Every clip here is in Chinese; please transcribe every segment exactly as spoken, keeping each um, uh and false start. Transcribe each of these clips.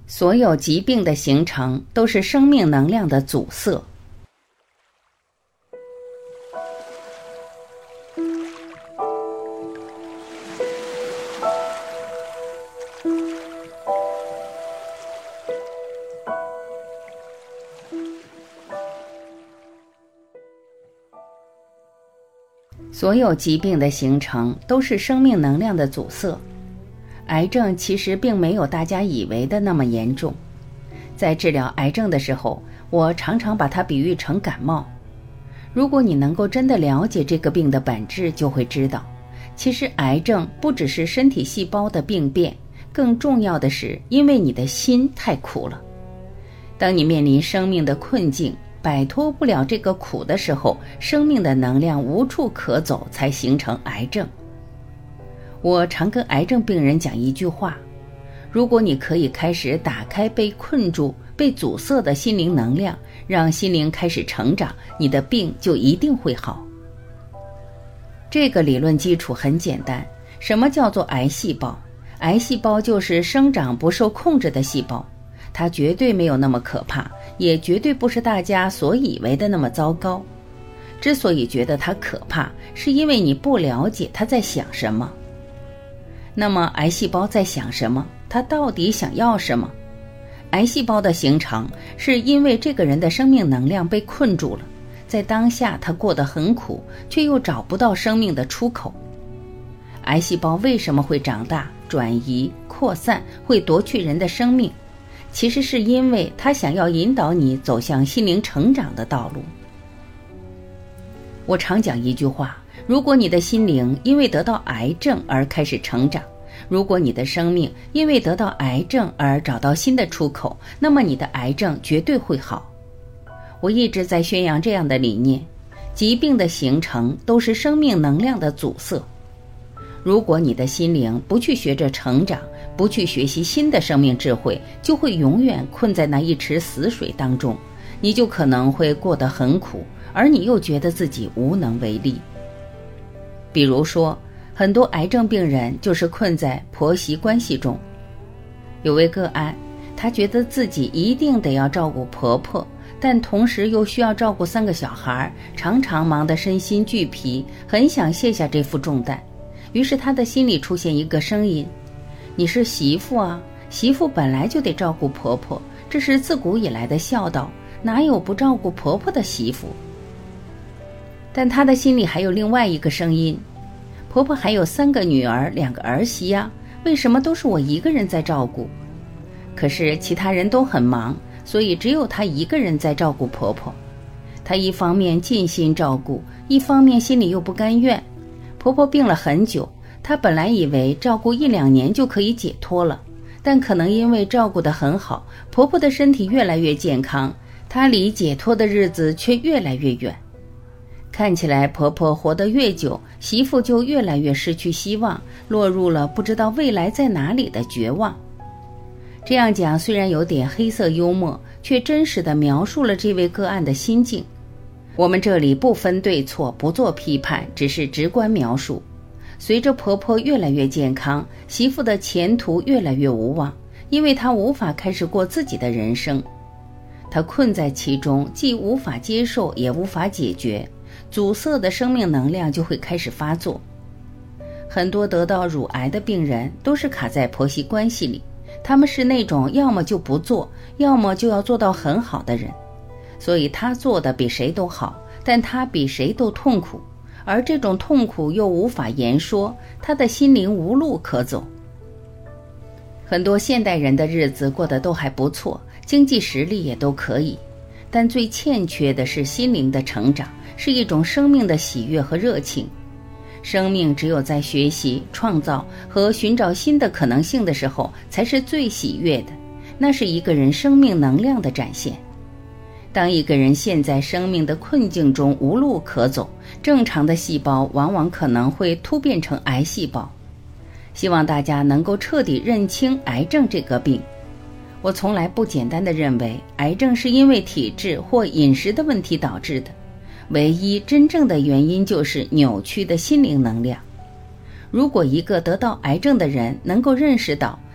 所有疾病的形成都是生命能量的阻塞。所有疾病的形成都是生命能量的阻塞。癌症其实并没有大家以为的那么严重。在治疗癌症的时候，我常常把它比喻成感冒。如果你能够真的了解这个病的本质，就会知道，其实癌症不只是身体细胞的病变，更重要的是因为你的心太苦了。当你面临生命的困境，摆脱不了这个苦的时候，生命的能量无处可走，才形成癌症。我常跟癌症病人讲一句话：如果你可以开始打开被困住、被阻塞的心灵能量，让心灵开始成长，你的病就一定会好。这个理论基础很简单，什么叫做癌细胞？癌细胞就是生长不受控制的细胞，它绝对没有那么可怕，也绝对不是大家所以为的那么糟糕。之所以觉得它可怕，是因为你不了解它在想什么。那么癌细胞在想什么？它到底想要什么？癌细胞的形成是因为这个人的生命能量被困住了，在当下他过得很苦，却又找不到生命的出口。癌细胞为什么会长大、转移、扩散，会夺去人的生命？其实是因为他想要引导你走向心灵成长的道路。我常讲一句话，如果你的心灵因为得到癌症而开始成长，如果你的生命因为得到癌症而找到新的出口，那么你的癌症绝对会好。我一直在宣扬这样的理念，疾病的形成都是生命能量的阻塞。如果你的心灵不去学着成长，不去学习新的生命智慧，就会永远困在那一池死水当中，你就可能会过得很苦，而你又觉得自己无能为力。比如说，很多癌症病人就是困在婆媳关系中。有位个案，她觉得自己一定得要照顾婆婆，但同时又需要照顾三个小孩，常常忙得身心俱疲，很想卸下这副重担。于是她的心里出现一个声音：你是媳妇啊，媳妇本来就得照顾婆婆，这是自古以来的孝道，哪有不照顾婆婆的媳妇？但她的心里还有另外一个声音，婆婆还有三个女儿，两个儿媳呀，为什么都是我一个人在照顾？可是其他人都很忙，所以只有她一个人在照顾婆婆。她一方面尽心照顾，一方面心里又不甘愿。婆婆病了很久，她本来以为照顾一两年就可以解脱了，但可能因为照顾得很好，婆婆的身体越来越健康，她离解脱的日子却越来越远。看起来婆婆活得越久，媳妇就越来越失去希望，落入了不知道未来在哪里的绝望。这样讲虽然有点黑色幽默，却真实地描述了这位个案的心境。我们这里不分对错，不做批判，只是直观描述。随着婆婆越来越健康，媳妇的前途越来越无望，因为她无法开始过自己的人生。她困在其中，既无法接受，也无法解决，阻塞的生命能量就会开始发作。很多得到乳癌的病人都是卡在婆媳关系里，他们是那种要么就不做，要么就要做到很好的人，所以他做的比谁都好，但他比谁都痛苦，而这种痛苦又无法言说，他的心灵无路可走。很多现代人的日子过得都还不错，经济实力也都可以，但最欠缺的是心灵的成长，是一种生命的喜悦和热情。生命只有在学习、创造和寻找新的可能性的时候，才是最喜悦的，那是一个人生命能量的展现。当一个人陷在生命的困境中无路可走，正常的细胞往往可能会突变成癌细胞。希望大家能够彻底认清癌症这个病。我从来不简单地认为癌症是因为体质或饮食的问题导致的，唯一真正的原因就是扭曲的心灵能量。如果一个得到癌症的人能够认识到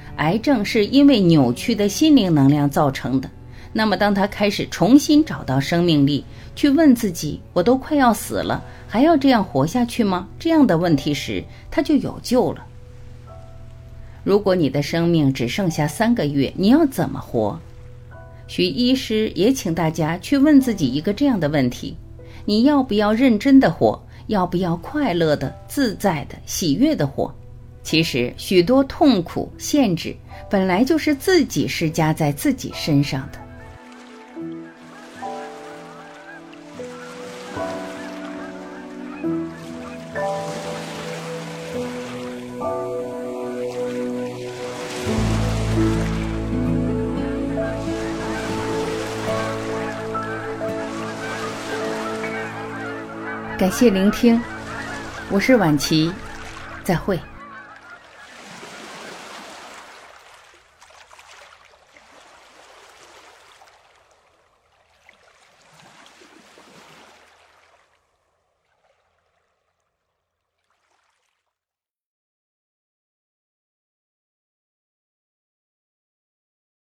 癌症是因为扭曲的心灵能量造成的。那么当他开始重新找到生命力，去问自己，我都快要死了，还要这样活下去吗？这样的问题时，他就有救了。如果你的生命只剩下三个月，你要怎么活？徐医师也请大家去问自己一个这样的问题：你要不要认真的活？要不要快乐的、自在的、喜悦的活？其实许多痛苦、限制本来就是自己施加在自己身上的。感谢聆听，我是婉琪，再会。